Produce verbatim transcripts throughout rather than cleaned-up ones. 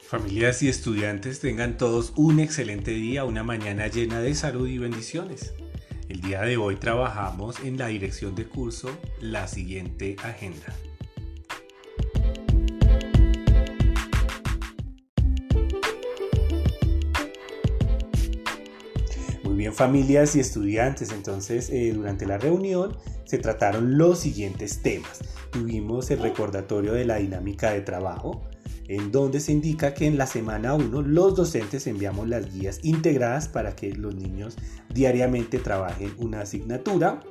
Familias y estudiantes, tengan todos un excelente día, una mañana llena de salud y bendiciones. El día de hoy trabajamos en la dirección de curso la siguiente agenda. Muy bien, familias y estudiantes, entonces eh, durante la reunión se trataron los siguientes temas. Tuvimos el recordatorio de la dinámica de trabajo, en donde se indica que en la semana uno los docentes enviamos las guías integradas para que los niños diariamente trabajen una asignatura.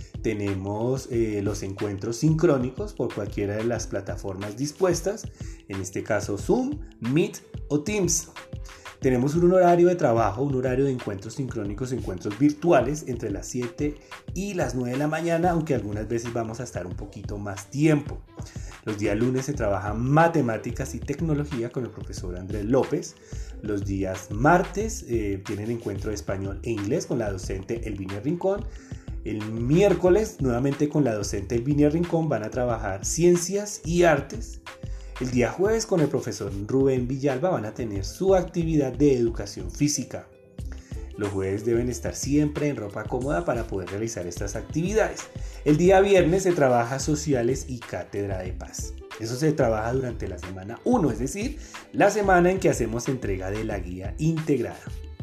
Tenemos eh, los encuentros sincrónicos por cualquiera de las plataformas dispuestas, en este caso Zoom, Meet o Teams. Tenemos un horario de trabajo, un horario de encuentros sincrónicos, encuentros virtuales entre las siete y las nueve de la mañana, aunque algunas veces vamos a estar un poquito más tiempo. Los días lunes se trabaja matemáticas y tecnología con el profesor Andrés López. Los días martes eh, tienen encuentro de español e inglés con la docente Elvinia Rincón. El miércoles, nuevamente con la docente Elvinia Rincón, van a trabajar ciencias y artes. El día jueves, con el profesor Rubén Villalba, van a tener su actividad de educación física. Los jueves deben estar siempre en ropa cómoda para poder realizar estas actividades. El día viernes se trabaja sociales y cátedra de paz. Eso se trabaja durante la semana uno, es decir, la semana en que hacemos entrega de la guía integrada.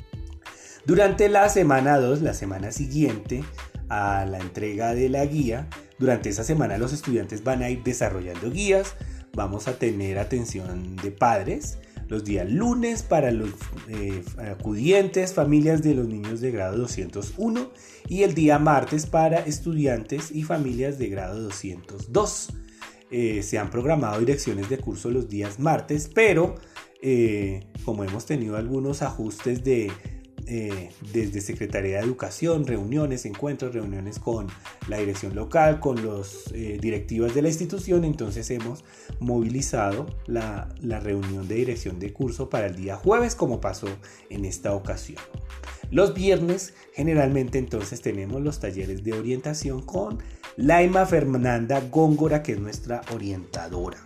Durante la semana dos, la semana siguiente a la entrega de la guía, durante esa semana los estudiantes van a ir desarrollando guías. Vamos a tener atención de padres los días lunes para los eh, acudientes, familias de los niños de grado doscientos uno, y el día martes para estudiantes y familias de grado doscientos dos. Eh, se han programado direcciones de curso los días martes, pero eh, como hemos tenido algunos ajustes de Eh, desde Secretaría de Educación, reuniones, encuentros, reuniones con la dirección local, con los eh, directivas de la institución, entonces hemos movilizado la, la reunión de dirección de curso para el día jueves, como pasó en esta ocasión. Los viernes generalmente entonces tenemos los talleres de orientación con Laima Fernanda Góngora, que es nuestra orientadora.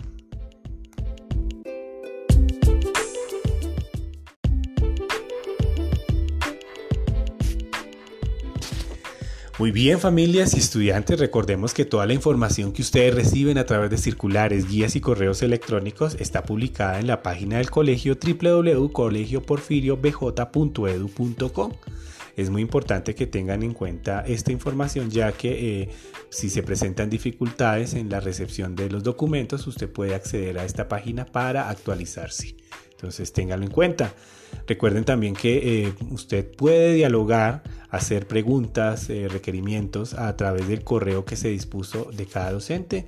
Muy bien, familias y estudiantes, recordemos que toda la información que ustedes reciben a través de circulares, guías y correos electrónicos está publicada en la página del colegio doble u doble u doble u punto colegio porfirio b j punto e d u punto co. Es muy importante que tengan en cuenta esta información, ya que eh, si se presentan dificultades en la recepción de los documentos, usted puede acceder a esta página para actualizarse. Entonces, ténganlo en cuenta. Recuerden también que eh, usted puede dialogar, hacer preguntas, eh, requerimientos a través del correo que se dispuso de cada docente,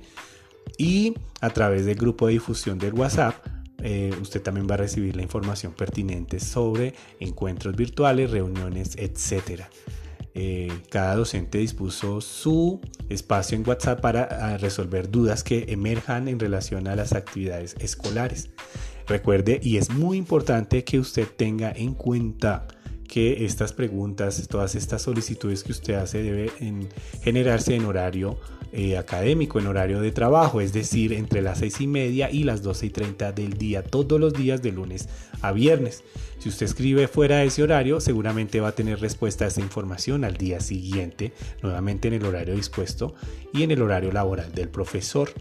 y a través del grupo de difusión del WhatsApp. Eh, usted también va a recibir la información pertinente sobre encuentros virtuales, reuniones, etcétera. Eh, cada docente dispuso su espacio en WhatsApp para resolver dudas que emerjan en relación a las actividades escolares. Recuerde, y es muy importante que usted tenga en cuenta que estas preguntas, todas estas solicitudes que usted hace deben generarse en horario eh, académico, en horario de trabajo, es decir, entre las seis y media y las doce y treinta del día, todos los días de lunes a viernes. Si usted escribe fuera de ese horario, seguramente va a tener respuesta a esta información al día siguiente, nuevamente en el horario dispuesto y en el horario laboral del profesor.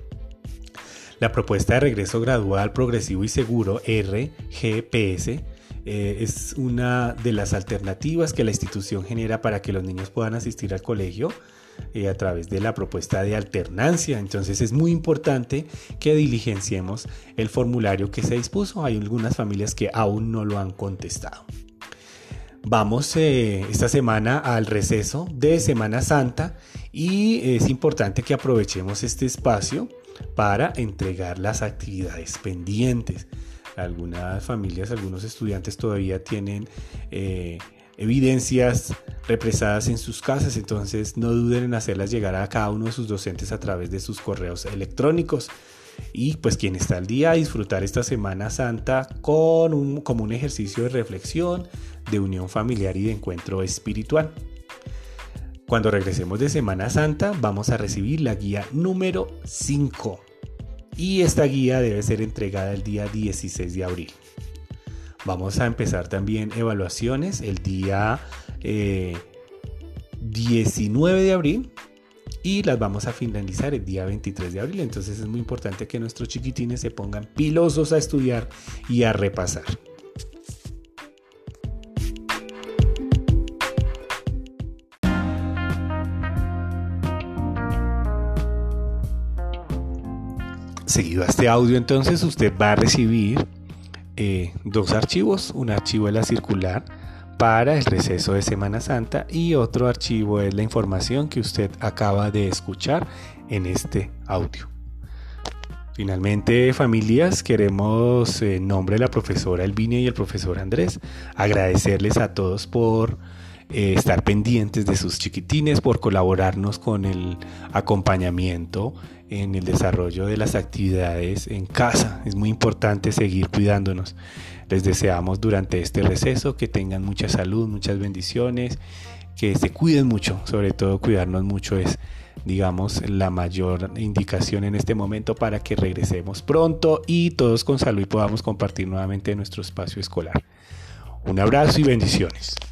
La propuesta de regreso gradual, progresivo y seguro, R G P S, eh, es una de las alternativas que la institución genera para que los niños puedan asistir al colegio eh, a través de la propuesta de alternancia. Entonces es muy importante que diligenciemos el formulario que se dispuso. Hay algunas familias que aún no lo han contestado. Vamos eh, esta semana al receso de Semana Santa y es importante que aprovechemos este espacio para entregar las actividades pendientes. Algunas familias, algunos estudiantes todavía tienen eh, evidencias represadas en sus casas, entonces no duden en hacerlas llegar a cada uno de sus docentes a través de sus correos electrónicos. Y pues quien está al día a disfrutar esta Semana Santa con un, como un ejercicio de reflexión, de unión familiar y de encuentro espiritual. Cuando regresemos de Semana Santa vamos a recibir la guía número cinco y esta guía debe ser entregada el día dieciséis de abril. Vamos a empezar también evaluaciones el día eh, diecinueve de abril y las vamos a finalizar el día veintitrés de abril. Entonces es muy importante que nuestros chiquitines se pongan pilosos a estudiar y a repasar. Seguido a este audio, entonces usted va a recibir eh, dos archivos. Un archivo es la circular para el receso de Semana Santa y otro archivo es la información que usted acaba de escuchar en este audio. Finalmente, familias, queremos, en nombre de la profesora Elvinia y el profesor Andrés, agradecerles a todos por eh, estar pendientes de sus chiquitines, por colaborarnos con el acompañamiento en el desarrollo de las actividades en casa. Es muy importante seguir cuidándonos. Les deseamos durante este receso que tengan mucha salud, muchas bendiciones, que se cuiden mucho. Sobre todo cuidarnos mucho es, digamos, la mayor indicación en este momento para que regresemos pronto y todos con salud y podamos compartir nuevamente nuestro espacio escolar. Un abrazo y bendiciones.